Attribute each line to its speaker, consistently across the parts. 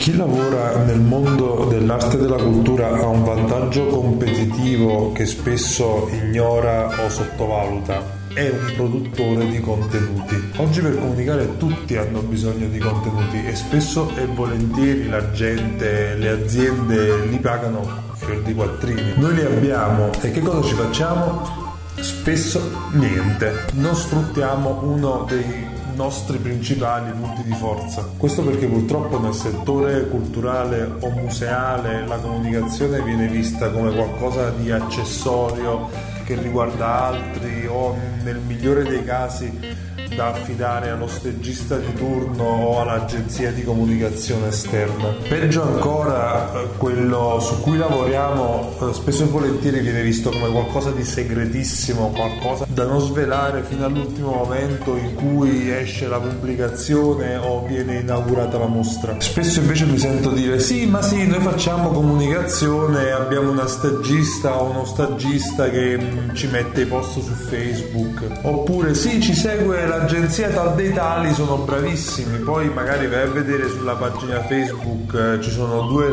Speaker 1: Chi lavora nel mondo dell'arte e della cultura ha un vantaggio competitivo che spesso ignora o sottovaluta. È un produttore di contenuti. Oggi per comunicare tutti hanno bisogno di contenuti e spesso e volentieri la gente, le aziende li pagano fior di quattrini. Noi li abbiamo e che cosa ci facciamo? Spesso niente. Non sfruttiamo uno dei nostri principali punti di forza. Questo perché purtroppo nel settore culturale o museale la comunicazione viene vista come qualcosa di accessorio che riguarda altri o nel migliore dei casi da affidare allo stagista di turno o all'agenzia di comunicazione esterna. Peggio ancora, quello su cui lavoriamo spesso e volentieri viene visto come qualcosa di segretissimo, qualcosa da non svelare fino all'ultimo momento in cui esce la pubblicazione o viene inaugurata la mostra. Spesso invece mi sento dire sì, noi facciamo comunicazione, abbiamo una stagista o uno stagista che ci mette i post su Facebook, oppure sì, ci segue l'agenzia tal dei tali, sono bravissimi, poi magari vai a vedere sulla pagina Facebook ci sono 2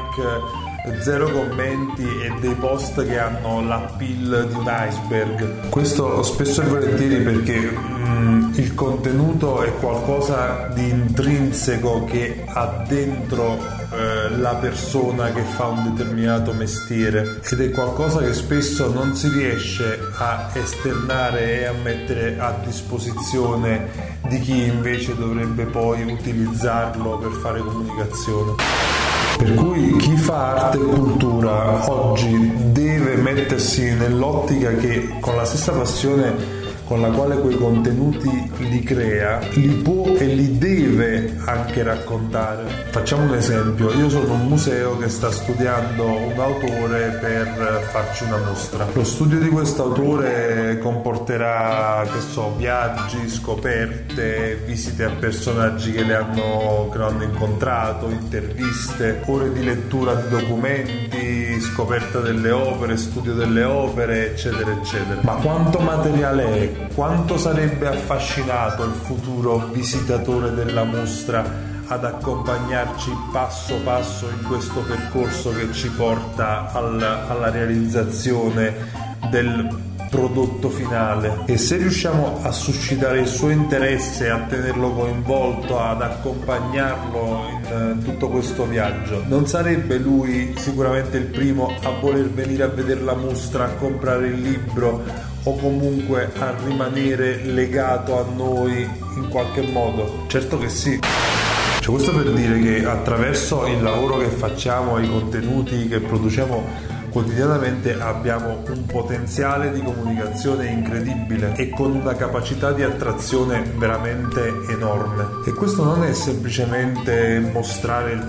Speaker 1: like, 0 commenti e dei post che hanno l'appeal di un iceberg. Questo spesso e volentieri perché il contenuto è qualcosa di intrinseco che ha dentro la persona che fa un determinato mestiere ed è qualcosa che spesso non si riesce a esternare e a mettere a disposizione di chi invece dovrebbe poi utilizzarlo per fare comunicazione. Per cui chi fa arte e cultura oggi deve mettersi nell'ottica che con la stessa passione con la quale quei contenuti li crea, li può e li deve anche raccontare. Facciamo un esempio: io sono un museo che sta studiando un autore per farci una mostra. Lo studio di questo autore comporterà, viaggi, scoperte, visite a personaggi che lo hanno incontrato, interviste, ore di lettura di documenti, scoperta delle opere, studio delle opere, eccetera eccetera. Ma quanto materiale è? Quanto sarebbe affascinato il futuro visitatore della mostra ad accompagnarci passo passo in questo percorso che ci porta alla realizzazione del prodotto finale. E se riusciamo a suscitare il suo interesse, a tenerlo coinvolto, ad accompagnarlo in tutto questo viaggio, non sarebbe lui sicuramente il primo a voler venire a vedere la mostra, a comprare il libro o comunque a rimanere legato a noi in qualche modo? Certo che sì. Questo per dire che attraverso il lavoro che facciamo e i contenuti che produciamo quotidianamente abbiamo un potenziale di comunicazione incredibile e con una capacità di attrazione veramente enorme. E questo non è semplicemente mostrare il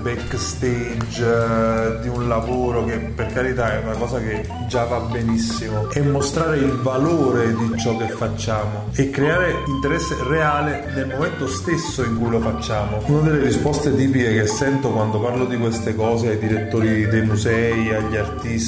Speaker 1: backstage di un lavoro, che per carità è una cosa che già va benissimo, è mostrare il valore di ciò che facciamo e creare interesse reale nel momento stesso in cui lo facciamo. Una delle risposte tipiche che sento quando parlo di queste cose ai direttori dei musei, agli artisti,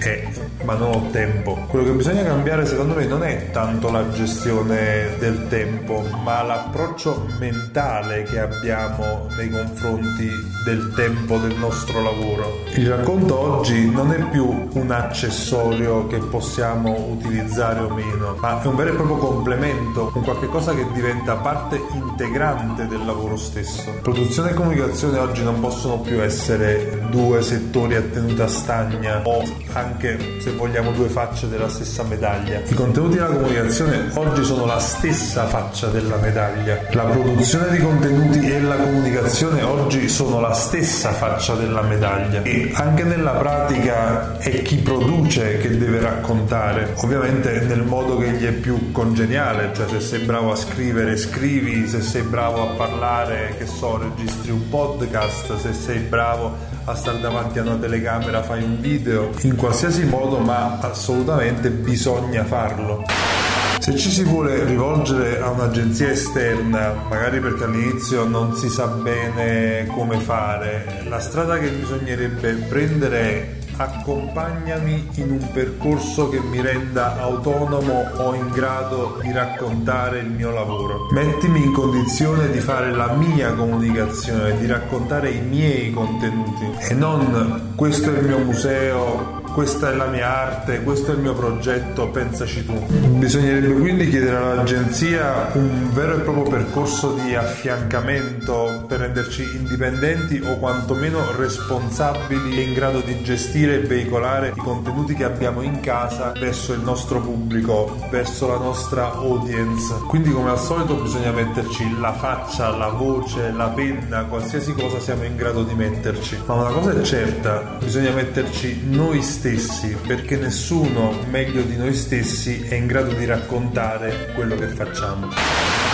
Speaker 1: ma non ho tempo. Quello che bisogna cambiare secondo me non è tanto la gestione del tempo, ma l'approccio mentale che abbiamo nei confronti del tempo del nostro lavoro. Il racconto oggi non è più un accessorio che possiamo utilizzare o meno, ma è un vero e proprio complemento, un qualche cosa che diventa parte integrante del lavoro stesso. Produzione e comunicazione oggi non possono più essere 2 settori a tenuta stagna o anche, se vogliamo, 2 facce della stessa medaglia. I contenuti della comunicazione oggi sono la stessa faccia della medaglia. La produzione di contenuti e la comunicazione oggi sono la stessa faccia della medaglia e anche nella pratica è chi produce che deve raccontare, ovviamente nel modo che gli è più congeniale, cioè se sei bravo a scrivere scrivi, se sei bravo a parlare, registri un podcast, se sei bravo a stare davanti a una telecamera fai un video, in qualsiasi modo, ma assolutamente bisogna farlo. Se ci si vuole rivolgere a un'agenzia esterna, magari perché all'inizio non si sa bene come fare, la strada che bisognerebbe prendere è: accompagnami in un percorso che mi renda autonomo o in grado di raccontare il mio lavoro. Mettimi in condizione di fare la mia comunicazione, di raccontare i miei contenuti e non questo è il mio museo, questa è la mia arte, questo è il mio progetto, pensaci tu. Bisognerebbe quindi chiedere all'agenzia un vero e proprio percorso di affiancamento per renderci indipendenti o quantomeno responsabili e in grado di gestire e veicolare i contenuti che abbiamo in casa verso il nostro pubblico, verso la nostra audience. Quindi, come al solito, bisogna metterci la faccia, la voce, la penna, qualsiasi cosa siamo in grado di metterci. Ma una cosa è certa, bisogna metterci noi stessi, perché nessuno meglio di noi stessi è in grado di raccontare quello che facciamo.